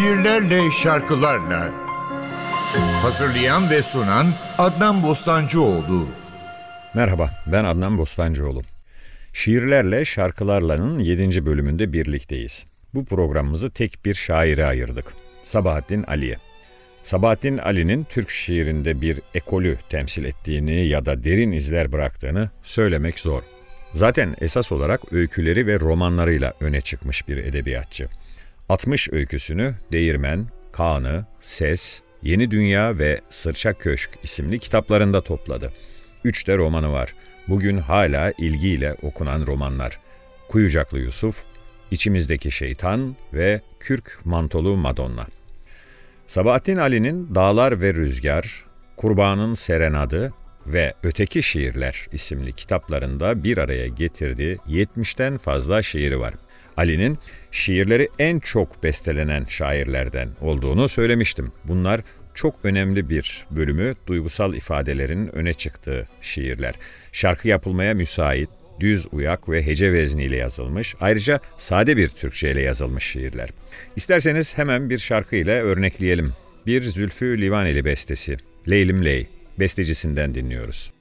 şiirlerle, şarkılarla. Hazırlayan ve sunan Adnan Bostancıoğlu. Merhaba, ben Adnan Bostancıoğlu. Şiirlerle, şarkılarla'nın 7. bölümünde birlikteyiz. Bu programımızı tek bir şaire ayırdık. Sabahattin Ali'ye. Sabahattin Ali'nin Türk şiirinde bir ekolü temsil ettiğini ya da derin izler bıraktığını söylemek zor. Zaten esas olarak öyküleri ve romanlarıyla öne çıkmış bir edebiyatçı. 60 öyküsünü Değirmen, Kanı, Ses, Yeni Dünya ve Sırça Köşk isimli kitaplarında topladı. 3 de romanı var. Bugün hala ilgiyle okunan romanlar. Kuyucaklı Yusuf, İçimizdeki Şeytan ve Kürk Mantolu Madonna. Sabahattin Ali'nin Dağlar ve Rüzgar, Kurbanın Serenadı ve Öteki Şiirler isimli kitaplarında bir araya getirdiği 70'ten fazla şiiri var. Ali'nin şiirleri en çok bestelenen şairlerden olduğunu söylemiştim. Bunlar çok önemli bir bölümü duygusal ifadelerin öne çıktığı şiirler. Şarkı yapılmaya müsait, düz uyak ve hece vezniyle yazılmış, ayrıca sade bir Türkçe ile yazılmış şiirler. İsterseniz hemen bir şarkı ile örnekleyelim. Bir Zülfü Livaneli bestesi, Leylim Ley, bestecisinden dinliyoruz.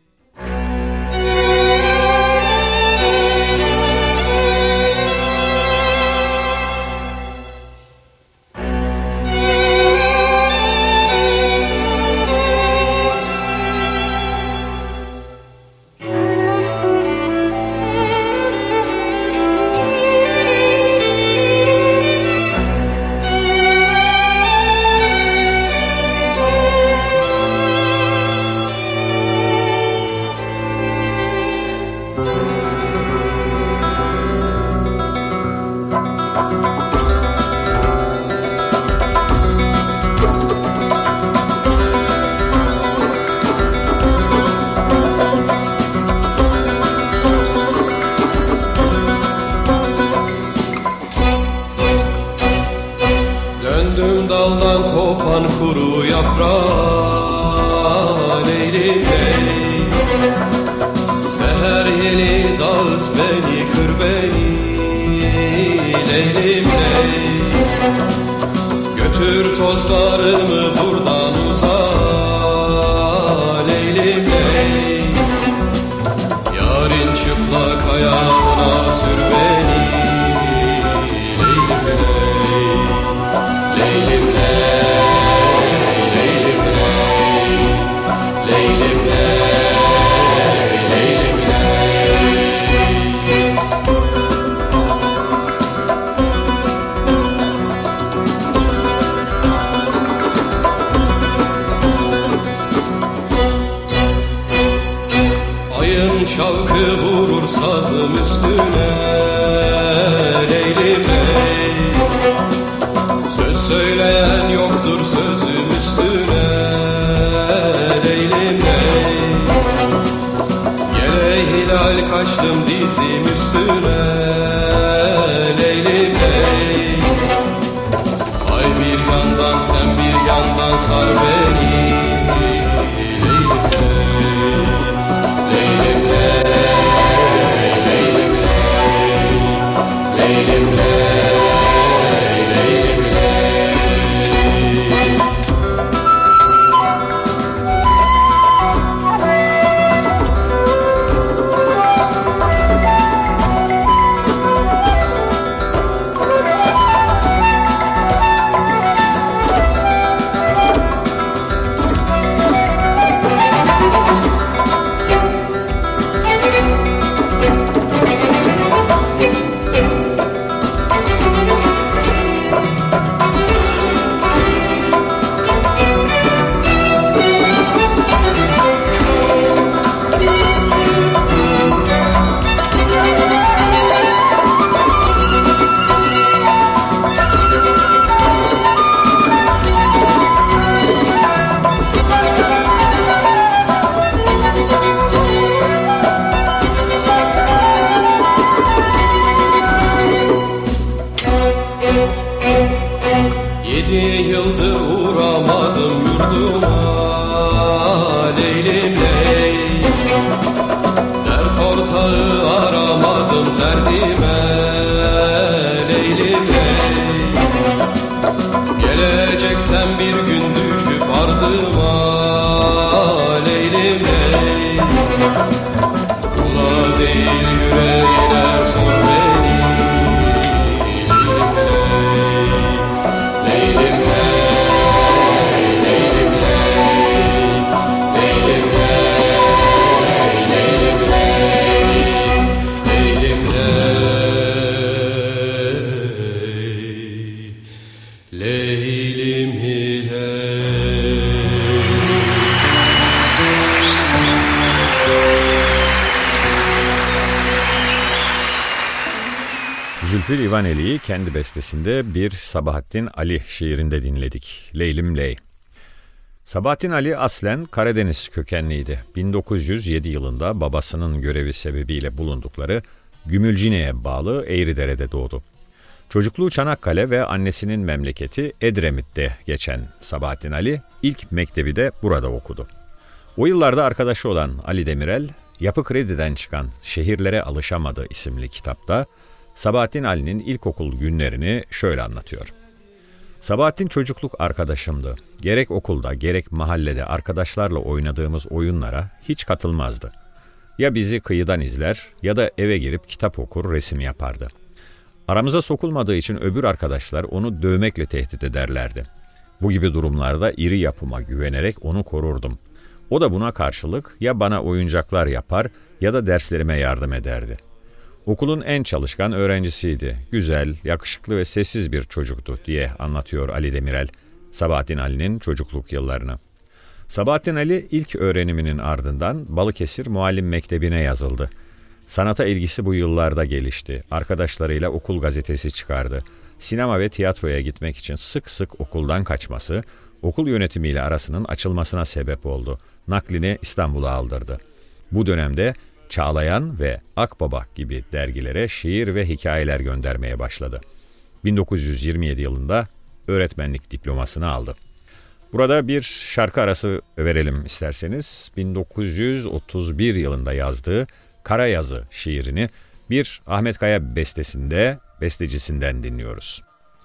Daldan kopan kuru yaprağı Leylim ley, seher yeli dağıt beni, kır beni Leylim ley, götür tozlarımı buradan uzağa Leylim ley, yarın çıplak ayağına sür beni Leylim ley. Leylim ayın şavkı vurur sazım üstüne Leylim ley, söz söyleyen yoktur sözüm üstüne Leylim ley, gele hilal kaçtım dizim üstüne Leylim ley, ay bir yandan sen bir yandan sar beni Leylim ley. Zülfü Livaneli'yi kendi bestesinde bir Sabahattin Ali şiirinde dinledik. Leylim Ley. Sabahattin Ali aslen Karadeniz kökenliydi. 1907 yılında babasının görevi sebebiyle bulundukları Gümülcine'ye bağlı Eğridere'de doğdu. Çocukluğu Çanakkale ve annesinin memleketi Edremit'te geçen Sabahattin Ali ilk mektebi de burada okudu. O yıllarda arkadaşı olan Ali Demirel, Yapı Kredi'den çıkan Şehirlere Alışamadı isimli kitapta Sabahattin Ali'nin ilkokul günlerini şöyle anlatıyor. Sabahattin çocukluk arkadaşımdı. Gerek okulda gerek mahallede arkadaşlarla oynadığımız oyunlara hiç katılmazdı. Ya bizi kıyıdan izler ya da eve girip kitap okur, resim yapardı. Aramıza sokulmadığı için öbür arkadaşlar onu dövmekle tehdit ederlerdi. Bu gibi durumlarda iri yapıma güvenerek onu korurdum. O da buna karşılık ya bana oyuncaklar yapar ya da derslerime yardım ederdi. Okulun en çalışkan öğrencisiydi. Güzel, yakışıklı ve sessiz bir çocuktu diye anlatıyor Ali Demirel, Sabahattin Ali'nin çocukluk yıllarını. Sabahattin Ali ilk öğreniminin ardından Balıkesir Muallim Mektebi'ne yazıldı. Sanata ilgisi bu yıllarda gelişti. Arkadaşlarıyla okul gazetesi çıkardı. Sinema ve tiyatroya gitmek için sık sık okuldan kaçması, okul yönetimiyle arasının açılmasına sebep oldu. Naklini İstanbul'a aldırdı. Bu dönemde Çağlayan ve Akbaba gibi dergilere şiir ve hikayeler göndermeye başladı. 1927 yılında öğretmenlik diplomasını aldı. Burada bir şarkı arası verelim isterseniz. 1931 yılında yazdığı Kara Yazı şiirini bir Ahmet Kaya bestesinde bestecisinden dinliyoruz.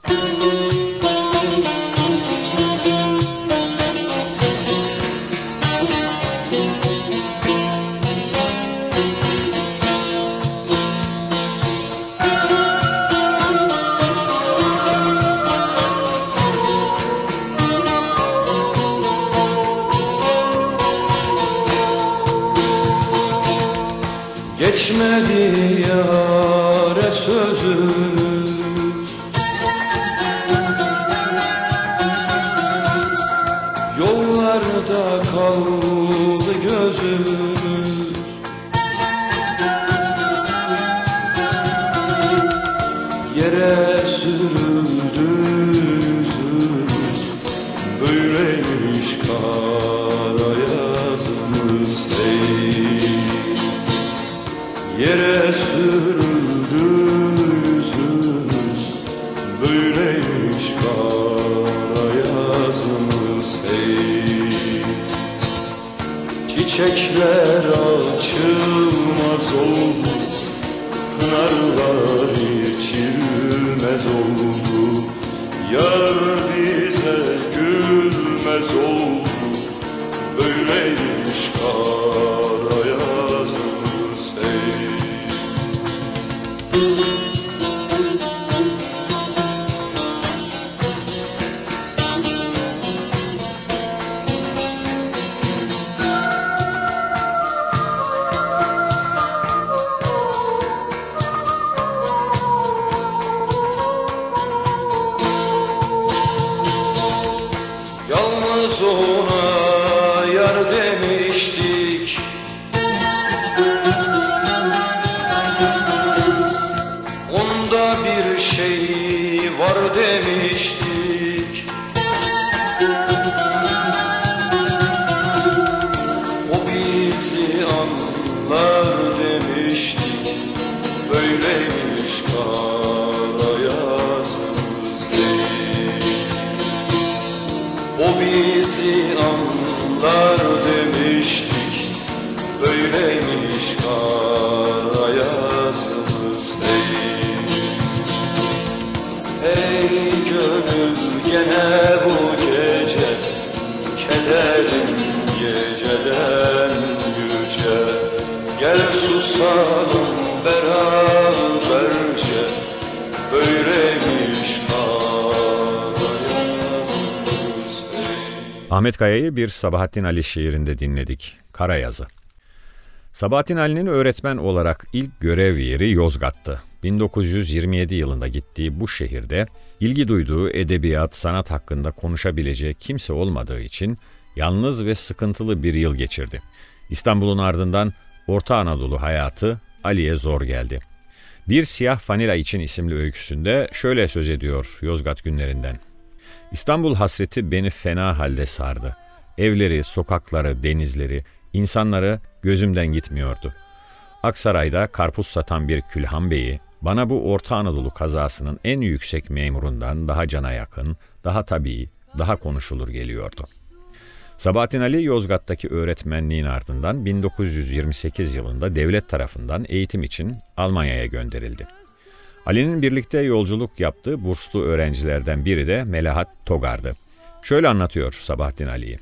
Geçmedi yâre sözümüz, yollarda kaldı gözümüz. Yere sürüldü yüzümüz, böyleymiş kara yazımız ey. Yere sürüldü yüzümüz, böyleymiş kara yazımız ey. Çiçekler açılmaz oldu, pınarlar içilmez oldu. Yar bize gülmez oldu, böyleymiş kara yazımız ey. Yalnız ona yar demiştik, onda bir şey var demiştik. O bizi anlar demiştik, böyleymiş kara yazımız ey. O bizi anlar demiştik, böyleymiş kara yazımız ey. Ey gönül gene bu gece, kederin geceden yüce. Gel susalım beraberce, böyleymiş kara yazımız ey. Ahmet Kaya'yı bir Sabahattin Ali şiirinde dinledik. Kara Yazı. Sabahattin Ali'nin öğretmen olarak ilk görev yeri Yozgat'tı. 1927 yılında gittiği bu şehirde ilgi duyduğu edebiyat, sanat hakkında konuşabileceği kimse olmadığı için yalnız ve sıkıntılı bir yıl geçirdi. İstanbul'un ardından Orta Anadolu hayatı Ali'ye zor geldi. Bir Siyah Fanila için isimli öyküsünde şöyle söz ediyor Yozgat günlerinden. İstanbul hasreti beni fena halde sardı. Evleri, sokakları, denizleri, insanları gözümden gitmiyordu. Aksaray'da karpuz satan bir külhan beyi, bana bu Orta Anadolu kazasının en yüksek memurundan daha cana yakın, daha tabii, daha konuşulur geliyordu. Sabahattin Ali Yozgat'taki öğretmenliğin ardından 1928 yılında devlet tarafından eğitim için Almanya'ya gönderildi. Ali'nin birlikte yolculuk yaptığı burslu öğrencilerden biri de Melahat Togar'dı. Şöyle anlatıyor Sabahattin Ali'yi.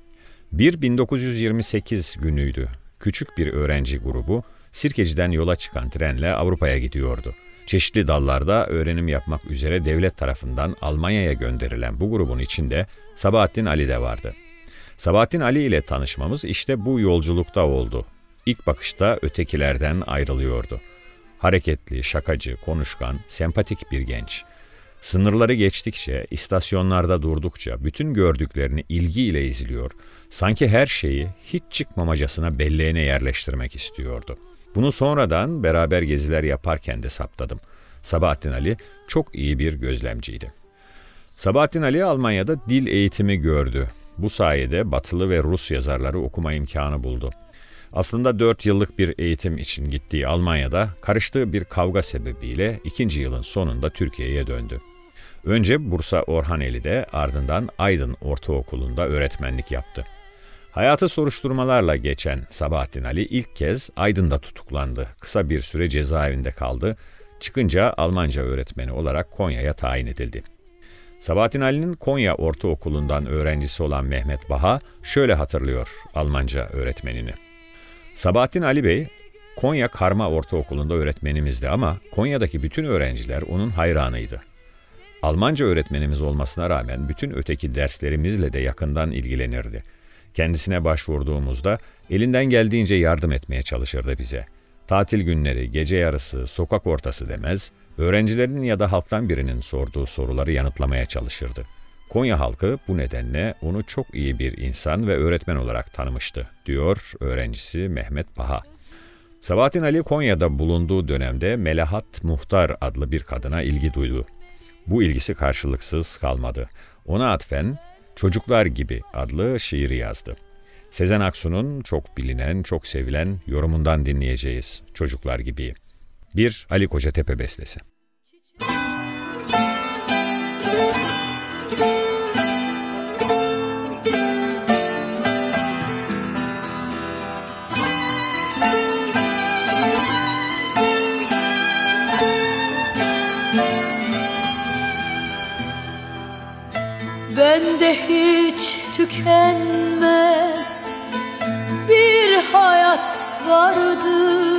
1928 günüydü. Küçük bir öğrenci grubu Sirkeci'den yola çıkan trenle Avrupa'ya gidiyordu. Çeşitli dallarda öğrenim yapmak üzere devlet tarafından Almanya'ya gönderilen bu grubun içinde Sabahattin Ali de vardı. Sabahattin Ali ile tanışmamız işte bu yolculukta oldu. İlk bakışta ötekilerden ayrılıyordu. Hareketli, şakacı, konuşkan, sempatik bir genç. Sınırları geçtikçe, istasyonlarda durdukça bütün gördüklerini ilgiyle izliyor. Sanki her şeyi hiç çıkmamacasına belleğine yerleştirmek istiyordu. Bunu sonradan beraber geziler yaparken de saptadım. Sabahattin Ali çok iyi bir gözlemciydi. Sabahattin Ali Almanya'da dil eğitimi gördü. Bu sayede Batılı ve Rus yazarları okuma imkanı buldu. Aslında 4 yıllık bir eğitim için gittiği Almanya'da karıştığı bir kavga sebebiyle 2. yılın sonunda Türkiye'ye döndü. Önce Bursa Orhaneli'de, ardından Aydın Ortaokulu'nda öğretmenlik yaptı. Hayatı soruşturmalarla geçen Sabahattin Ali ilk kez Aydın'da tutuklandı. Kısa bir süre cezaevinde kaldı. Çıkınca Almanca öğretmeni olarak Konya'ya tayin edildi. Sabahattin Ali'nin Konya Ortaokulu'ndan öğrencisi olan Mehmet Baha şöyle hatırlıyor Almanca öğretmenini. Sabahattin Ali Bey, Konya Karma Ortaokulu'nda öğretmenimizdi ama Konya'daki bütün öğrenciler onun hayranıydı. Almanca öğretmenimiz olmasına rağmen bütün öteki derslerimizle de yakından ilgilenirdi. Kendisine başvurduğumuzda elinden geldiğince yardım etmeye çalışırdı bize. Tatil günleri, gece yarısı, sokak ortası demez, öğrencilerin ya da halktan birinin sorduğu soruları yanıtlamaya çalışırdı. Konya halkı bu nedenle onu çok iyi bir insan ve öğretmen olarak tanımıştı, diyor öğrencisi Mehmet Baha. Sabahattin Ali Konya'da bulunduğu dönemde Melahat Muhtar adlı bir kadına ilgi duydu. Bu ilgisi karşılıksız kalmadı. Ona atfen Çocuklar Gibi adlı şiiri yazdı. Sezen Aksu'nun çok bilinen, çok sevilen yorumundan dinleyeceğiz Çocuklar Gibi. Bir Ali Kocatepe bestesi. Bende hiç tükenmez bir hayat vardı,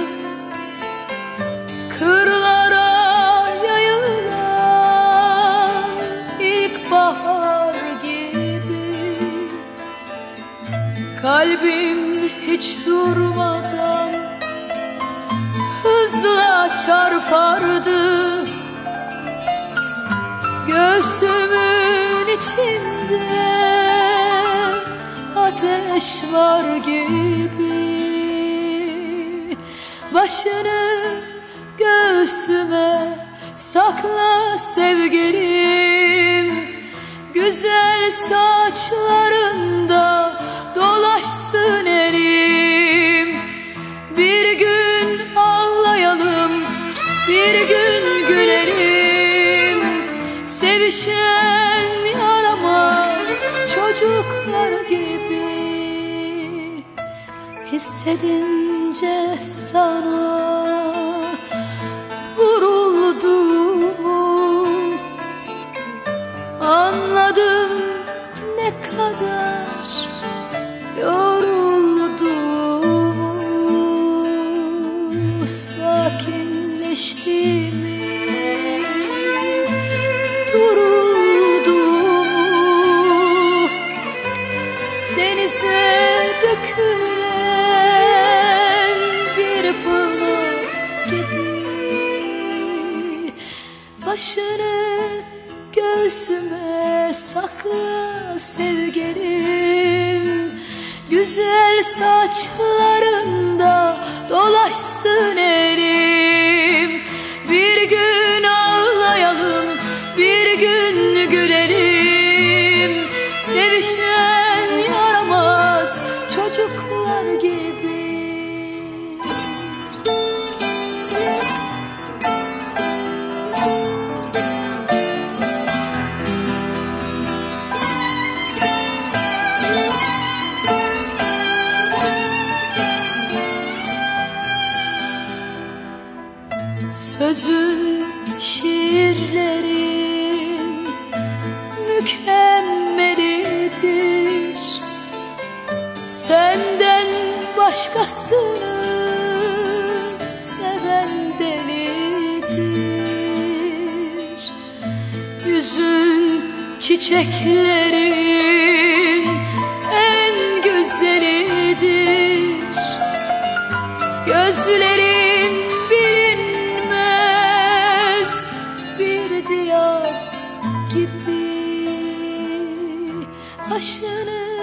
kırlara yayılan ilkbahar gibi. Kalbim hiç durmadan hızla çarpardı, göğsümün içinde ateş var gibi. Başını göğsüme sakla sevgilim, güzel saçlarında dolaşsın elim. Bir gün ağlayalım, bir gün gülelim, sevişen yaramaz çocuklar gibi. Hissedince sana vuruldum, anladım ne kadar yoruldum. Sakinleştiğimi, duruldum, denize dökülen bir pınar gibi. Başını göğsüme sakla sevgilim, güzel saçlarında dolaşsın elim. benden başkasını seven delidir. Yüzün çiçeklerin en güzelidir. Gözlerin bilinmez bir diyar gibi. Başını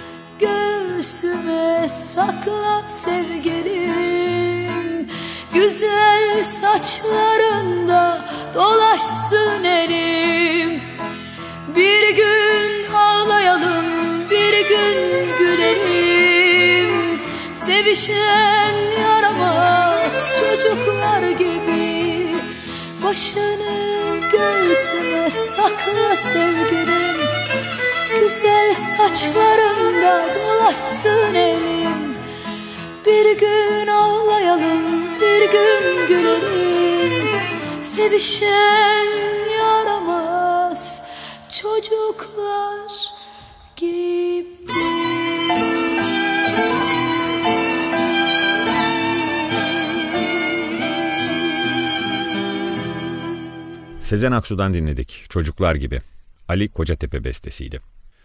göğsüme sakla sevgilim. Güzel saçlarında dolaşsın elim. Bir gün ağlayalım, bir gün gülelim. Sevişen yaramaz çocuklar gibi. Başını göğsüme sakla sevgilim. Güzel saçlarında dolaşsın elim. Bir gün ağlayalım, bir gün gülelim. Sevişen yaramaz çocuklar gibi. Sezen Aksu'dan dinledik. Çocuklar gibi. Ali Kocatepe bestesiydi.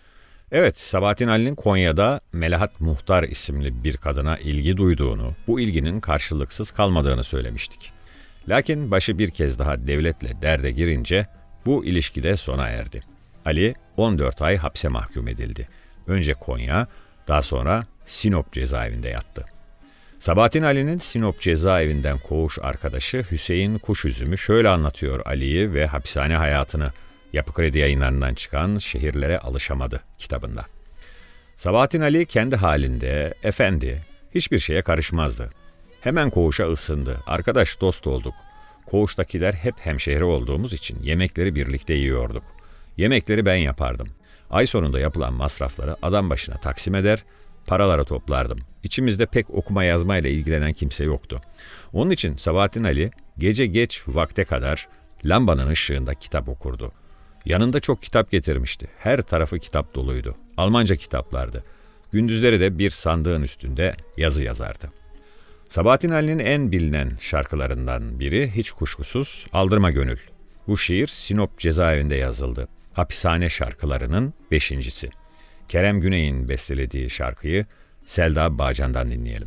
Evet, Sabahattin Ali'nin Konya'da Melahat Muhtar isimli bir kadına ilgi duyduğunu, bu ilginin karşılıksız kalmadığını söylemiştik. Lakin başı bir kez daha devletle derde girince bu ilişkide sona erdi. Ali 14 ay hapse mahkum edildi. Önce Konya, daha sonra Sinop cezaevinde yattı. Sabahattin Ali'nin Sinop cezaevinden koğuş arkadaşı Hüseyin Kuşüzümü şöyle anlatıyor Ali'yi ve hapishane hayatını. Yapı Kredi Yayınlarından çıkan Şehirlere Alışamadı kitabında. Sabahattin Ali kendi halinde, efendi, hiçbir şeye karışmazdı. Hemen koğuşa ısındı, arkadaş dost olduk. Koğuştakiler hep hemşehri olduğumuz için yemekleri birlikte yiyorduk. Yemekleri ben yapardım. Ay sonunda yapılan masrafları adam başına taksim eder, paraları toplardım. İçimizde pek okuma yazmayla ilgilenen kimse yoktu. Onun için Sabahattin Ali gece geç vakte kadar lambanın ışığında kitap okurdu. Yanında çok kitap getirmişti. Her tarafı kitap doluydu. Almanca kitaplardı. Gündüzleri de bir sandığın üstünde yazı yazardı. Sabahattin Ali'nin en bilinen şarkılarından biri hiç kuşkusuz Aldırma Gönül. Bu şiir Sinop cezaevinde yazıldı. Hapishane şarkılarının 5.'si. Kerem Güney'in bestelediği şarkıyı Selda Bağcan'dan dinleyelim.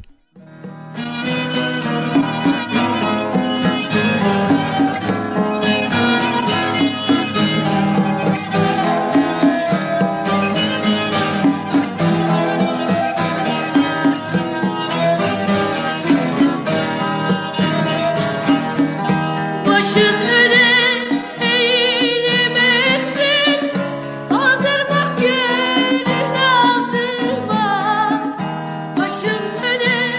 Aldırma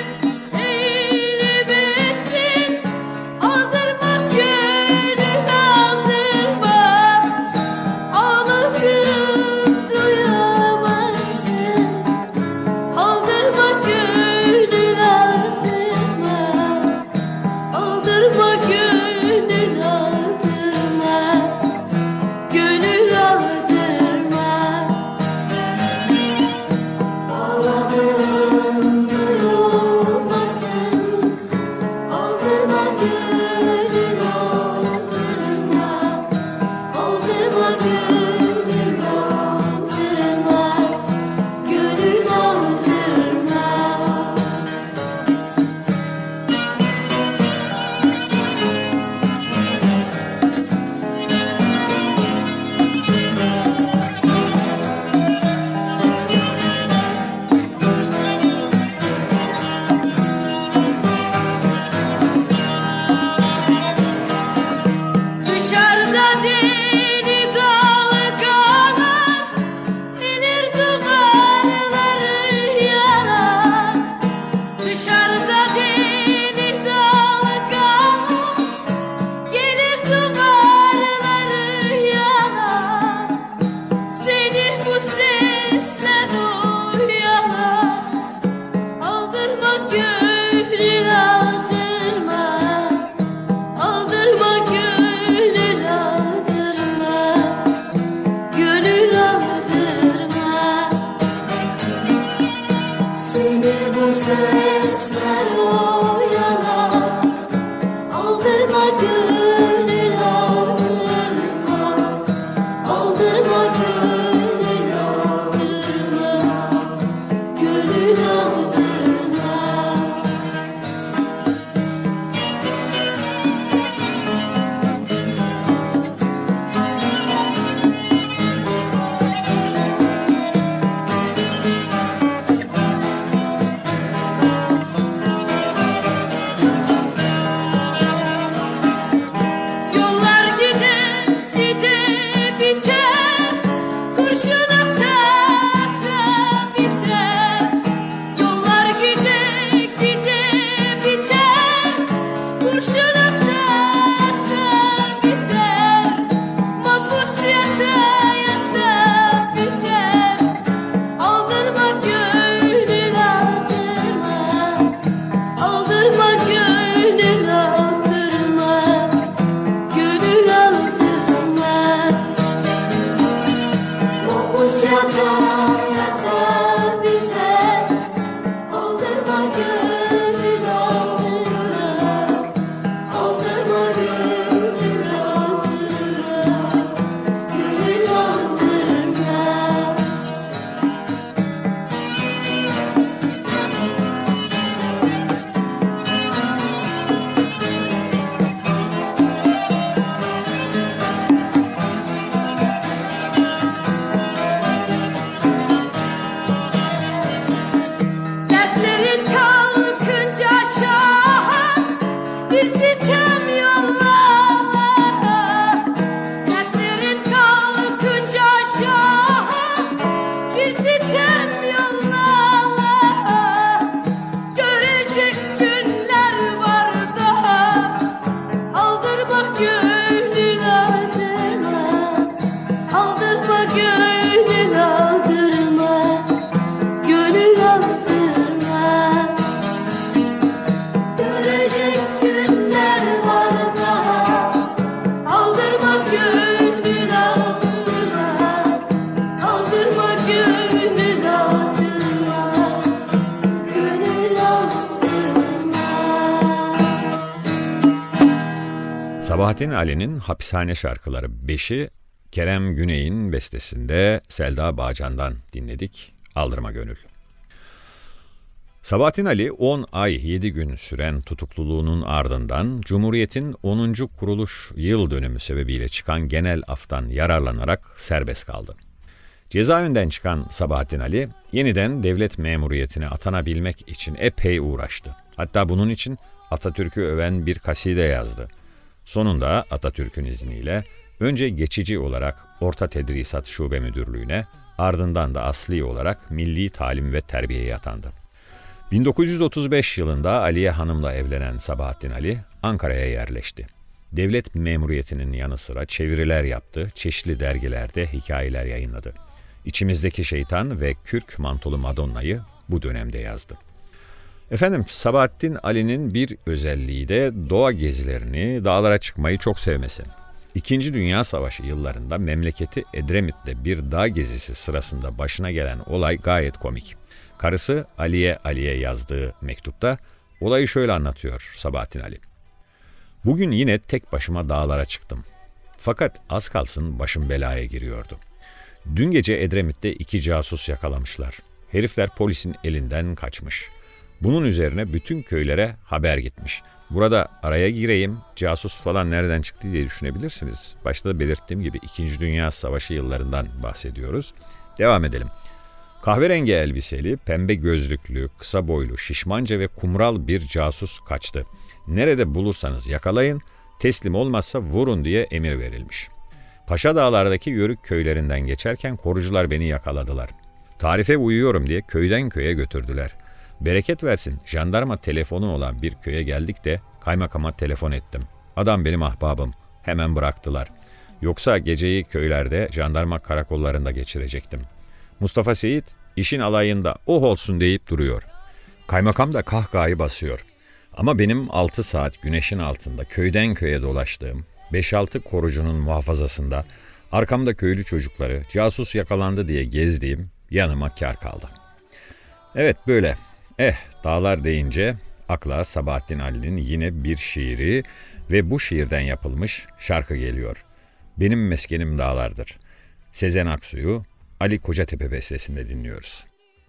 Seni bu sesler oyalar, aldırma gönül aldırma, aldırma gönül aldırma, gönül aldırma. Yollar gide gide biter, kurşun ata ata biter. Yollar gide gide biter, kurşun ata ata biter. Mahpus yata yata biter, aldırma gönül aldırma, aldırma gönül aldırma, gönül aldırma. Mahpus yata yata biter, aldırma gönül aldırma, aldırma gönül aldırma, gönül aldırma. Dertlerin kalkınca aşağı bir sitem yolla. Dertlerin kalkınca aşağı bir sitem yolla. Görecek günler var daha, aldırma gönül aldırma, aldırma gönül aldırma, gönül aldırma. Görecek günler var daha, Aldırma gönül aldırma, aldırma gönül aldırma, gönül aldırma. Sabahattin Ali'nin Hapishane Şarkıları 5'i Kerem Güney'in bestesinde Selda Bağcan'dan dinledik. Aldırma Gönül. Sabahattin Ali 10 ay 7 gün süren tutukluluğunun ardından Cumhuriyet'in 10. kuruluş yıl dönümü sebebiyle çıkan genel aftan yararlanarak serbest kaldı. Cezaevinden çıkan Sabahattin Ali yeniden devlet memuriyetine atanabilmek için epey uğraştı. Hatta bunun için Atatürk'ü öven bir kaside yazdı. Sonunda Atatürk'ün izniyle önce geçici olarak Orta Tedrisat Şube Müdürlüğü'ne, ardından da asli olarak Milli Talim ve Terbiye'ye atandı. 1935 yılında Aliye Hanım'la evlenen Sabahattin Ali Ankara'ya yerleşti. Devlet memuriyetinin yanı sıra çeviriler yaptı, çeşitli dergilerde hikayeler yayınladı. İçimizdeki Şeytan ve Kürk Mantolu Madonna'yı bu dönemde yazdı. Efendim, Sabahattin Ali'nin bir özelliği de doğa gezilerini, dağlara çıkmayı çok sevmesi. İkinci Dünya Savaşı yıllarında memleketi Edremit'te bir dağ gezisi sırasında başına gelen olay gayet komik. Karısı Aliye yazdığı mektupta olayı şöyle anlatıyor Sabahattin Ali. Bugün yine tek başıma dağlara çıktım. Fakat az kalsın başım belaya giriyordu. Dün gece Edremit'te 2 casus yakalamışlar. Herifler polisin elinden kaçmış. Bunun üzerine bütün köylere haber gitmiş. Burada araya gireyim, casus falan nereden çıktı diye düşünebilirsiniz. Başta da belirttiğim gibi 2. Dünya Savaşı yıllarından bahsediyoruz. Devam edelim. Kahverengi elbiseli, pembe gözlüklü, kısa boylu, şişmanca ve kumral bir casus kaçtı. Nerede bulursanız yakalayın, teslim olmazsa vurun diye emir verilmiş. Paşa Dağlar'daki Yörük köylerinden geçerken korucular beni yakaladılar. Tarife uyuyorum diye köyden köye götürdüler. Bereket versin, jandarma telefonu olan bir köye geldik de kaymakama telefon ettim. Adam benim ahbabım, hemen bıraktılar. Yoksa geceyi köylerde jandarma karakollarında geçirecektim. Mustafa Seyit işin alayında oh olsun deyip duruyor. Kaymakam da kahkahayı basıyor. Ama benim 6 saat güneşin altında köyden köye dolaştığım, 5-6 korucunun muhafazasında, arkamda köylü çocukları, casus yakalandı diye gezdiğim yanıma kâr kaldı. Evet böyle. Dağlar deyince akla Sabahattin Ali'nin yine bir şiiri ve bu şiirden yapılmış şarkı geliyor. Benim meskenim dağlardır. Sezen Aksu'yu Ali Kocatepe bestesinde dinliyoruz.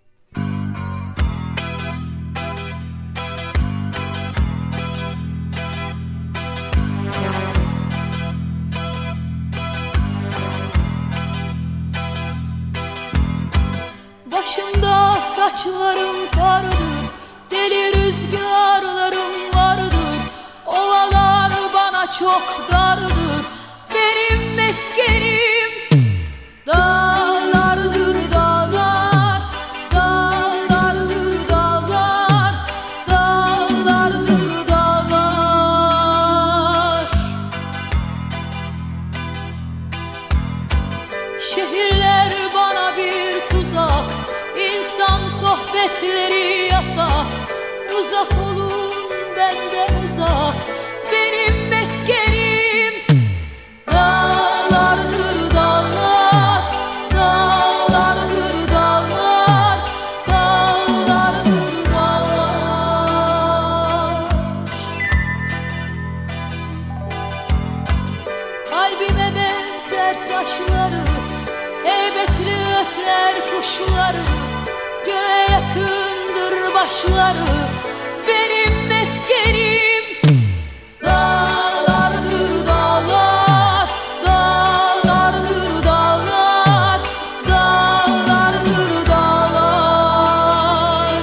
Başımda saçlarım kardır, deli rüzgarlarım vardır. Ovalar bana çok dardır, benim meskenim dağlardır dağlar. Dağlardır dağlar, dağlardır dağlar. Şehirler bana bir tuzak, İnsan sohbetleri yasak. Uzak olun benden uzak, benim meskenim dağlardır dağlar. Dağlardır dağlar, dağlardır dağlar. Kalbime benzer taşları, heybetli öter kuşları. Göğe yakındır başları, benim meskenim dağlardır dağlar. Dağlardır dağlar, dağlardır dağlar.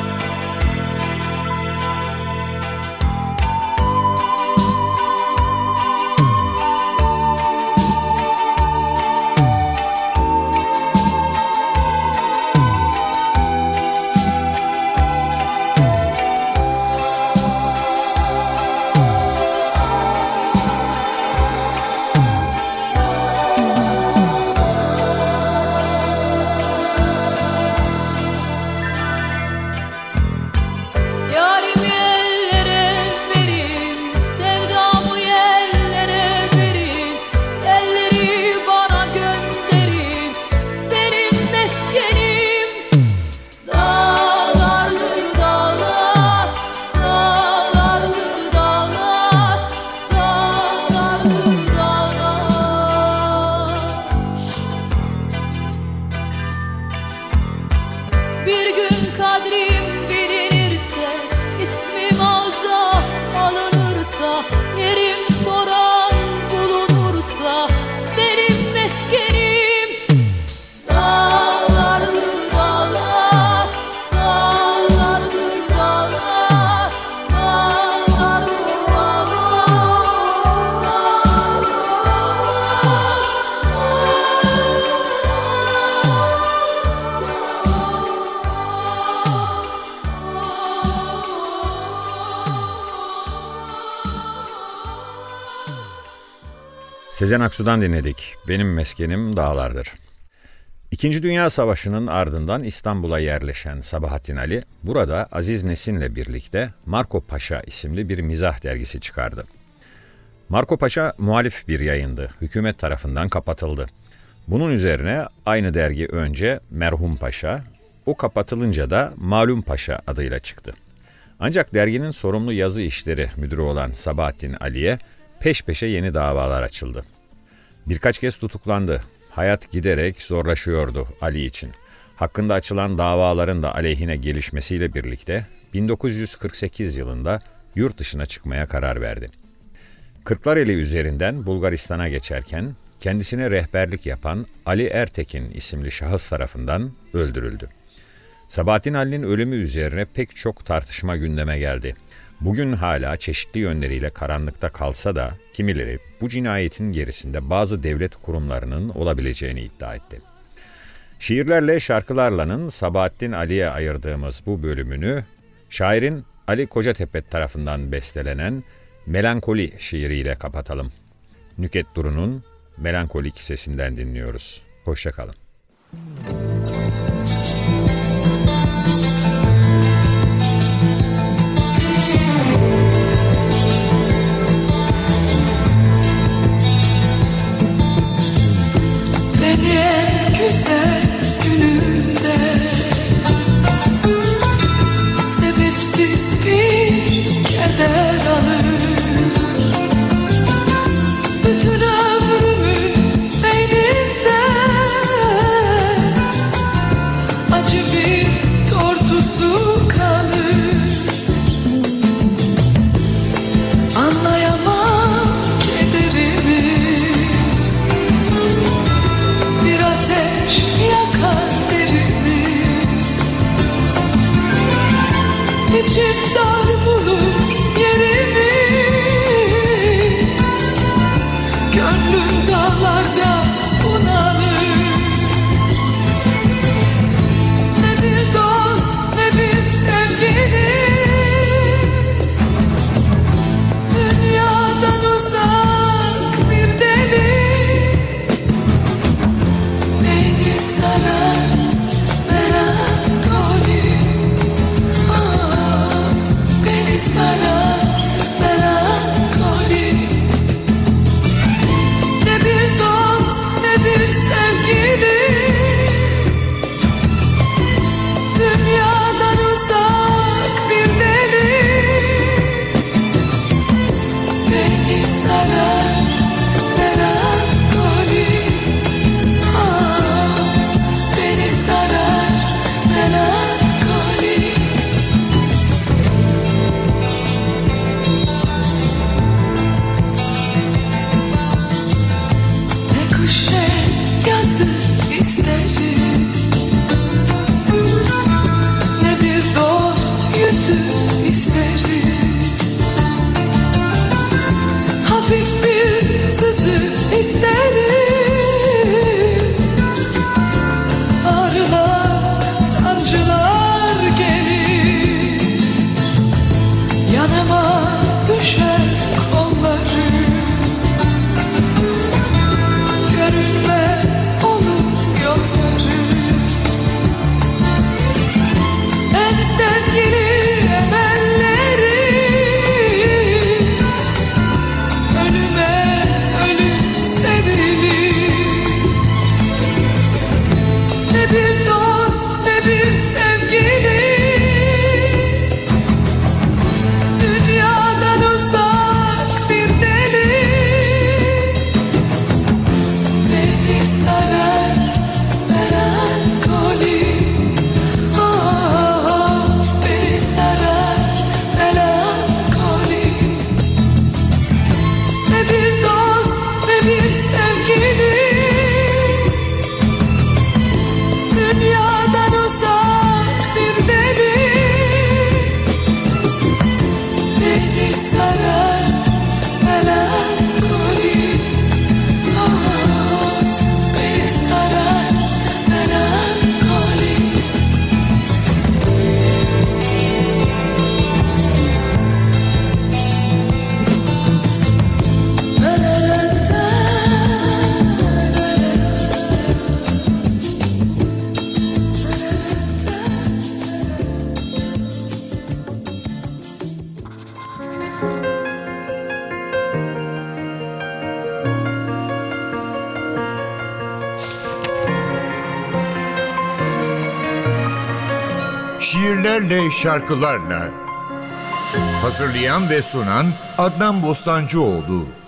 Yarimi ellere verin, sevdamı yerlere verin. Elleri bana gönderin, benim meskenim dağlardır dağlar. Dağlardır dağlar, dağlardır dağlar. Bir gün kadrim bilinirse, ismim ağza alınırsa, yerim soran bulunursa, benim meskenim dağlardır dağlar. Dağlardır dağlar, dağlardır Sezen Aksu'dan dinledik. Benim meskenim dağlardır. İkinci Dünya Savaşı'nın ardından İstanbul'a yerleşen Sabahattin Ali, burada Aziz Nesin'le birlikte Marco Paşa isimli bir mizah dergisi çıkardı. Marco Paşa muhalif bir yayındı, hükümet tarafından kapatıldı. Bunun üzerine aynı dergi önce Merhum Paşa, o kapatılınca da Malum Paşa adıyla çıktı. Ancak derginin sorumlu yazı işleri müdürü olan Sabahattin Ali'ye peş peşe yeni davalar açıldı. Birkaç kez tutuklandı. Hayat giderek zorlaşıyordu Ali için. Hakkında açılan davaların da aleyhine gelişmesiyle birlikte 1948 yılında yurt dışına çıkmaya karar verdi. Kırklareli üzerinden Bulgaristan'a geçerken kendisine rehberlik yapan Ali Ertekin isimli şahıs tarafından öldürüldü. Sabahattin Ali'nin ölümü üzerine pek çok tartışma gündeme geldi. Bugün hala çeşitli yönleriyle karanlıkta kalsa da kimileri bu cinayetin gerisinde bazı devlet kurumlarının olabileceğini iddia etti. Şiirlerle Şarkılarla'nın Sabahattin Ali'ye ayırdığımız bu bölümünü şairin Ali Kocatepe tarafından bestelenen Melankoli şiiriyle kapatalım. Nüket Duru'nun melankolik sesinden dinliyoruz. Hoşça kalın. Beni en güzel günümde İçim dar bulur yerimi, gönlüm dağlarda bunalır. Ne bir dost ne bir sevgili, dünyadan uzak bir deli. Beni sarar melankoli, beni sarar melankoli. Ne bir dost ne bir sevgili, dünyadan uzak bir deli. Beni sarar melankoli, beni sarar melankoli. Ne kuş ne yazı isterim, ne bir dost yüzü isterim. Hafif bir sızı isterim, ağrılar sancılar gelir. Yanıma düşer kolları, görünmez olur yolları. En sevgili emelleri, önüme ölüm serilir. Ne bir dost ne bir sevgili, dünyadan uzak bir deli. Beni sarar melankoli, beni sarar melankoli. Ne bir dost ne bir sevgili, dünyadan uzak bir deli. Beni sarar melankoli, beni sarar melankoli. Şiirlerle, şarkılarla. Hazırlayan ve sunan Adnan Bostancıoğlu.